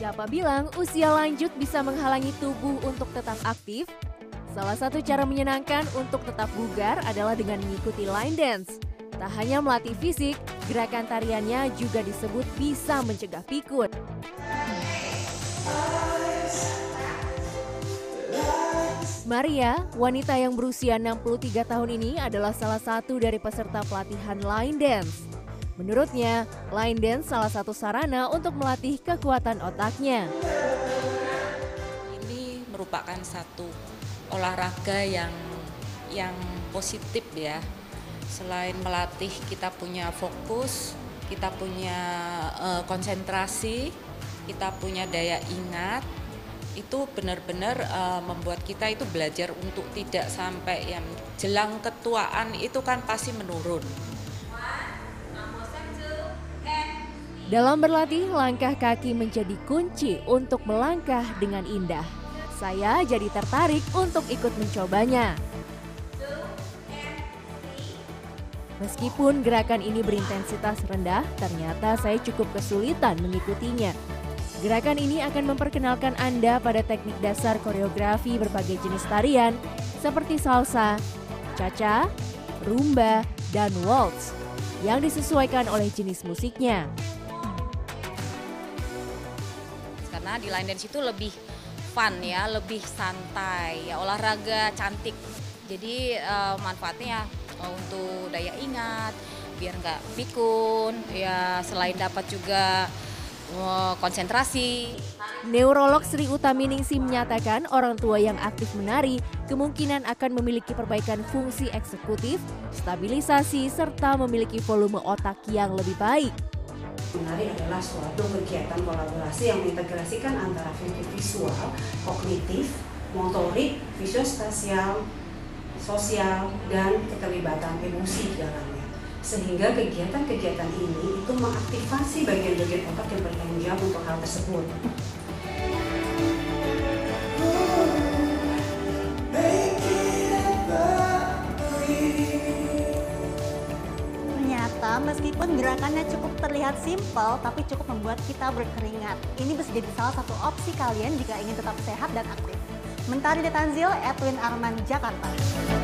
Siapa bilang usia lanjut bisa menghalangi tubuh untuk tetap aktif? Salah satu cara menyenangkan untuk tetap bugar adalah dengan mengikuti line dance. Tak hanya melatih fisik, gerakan tariannya juga disebut bisa mencegah pikun. Maria, wanita yang berusia 63 tahun ini adalah salah satu dari peserta pelatihan line dance. Menurutnya, line dance salah satu sarana untuk melatih kekuatan otaknya. Ini merupakan satu olahraga yang positif ya. Selain melatih kita punya fokus, kita punya konsentrasi, kita punya daya ingat. Itu benar-benar membuat kita itu belajar untuk tidak sampai yang jelang ketuaan itu kan pasti menurun. Dalam berlatih, langkah kaki menjadi kunci untuk melangkah dengan indah. Saya jadi tertarik untuk ikut mencobanya. Meskipun gerakan ini berintensitas rendah, ternyata saya cukup kesulitan mengikutinya. Gerakan ini akan memperkenalkan Anda pada teknik dasar koreografi berbagai jenis tarian seperti salsa, cha-cha, rumba, dan waltz yang disesuaikan oleh jenis musiknya. Karena di line dance itu lebih fun ya, lebih santai, ya olahraga cantik. Jadi manfaatnya untuk daya ingat, biar nggak pikun, ya selain dapat juga konsentrasi. Neurolog Sri Utaminingsih menyatakan orang tua yang aktif menari kemungkinan akan memiliki perbaikan fungsi eksekutif, stabilisasi, serta memiliki volume otak yang lebih baik. Menari adalah suatu kegiatan kolaborasi yang mengintegrasikan antara visual, kognitif, motorik, visuospasial, sosial, dan keterlibatan emosi di dalamnya. Sehingga kegiatan-kegiatan ini itu mengaktifasi bagian-bagian otak yang bertanggung jawab untuk hal tersebut. Meskipun gerakannya cukup terlihat simpel, tapi cukup membuat kita berkeringat. Ini bisa jadi salah satu opsi kalian jika ingin tetap sehat dan aktif. Mentari Detanzil, Edwin Arman, Jakarta.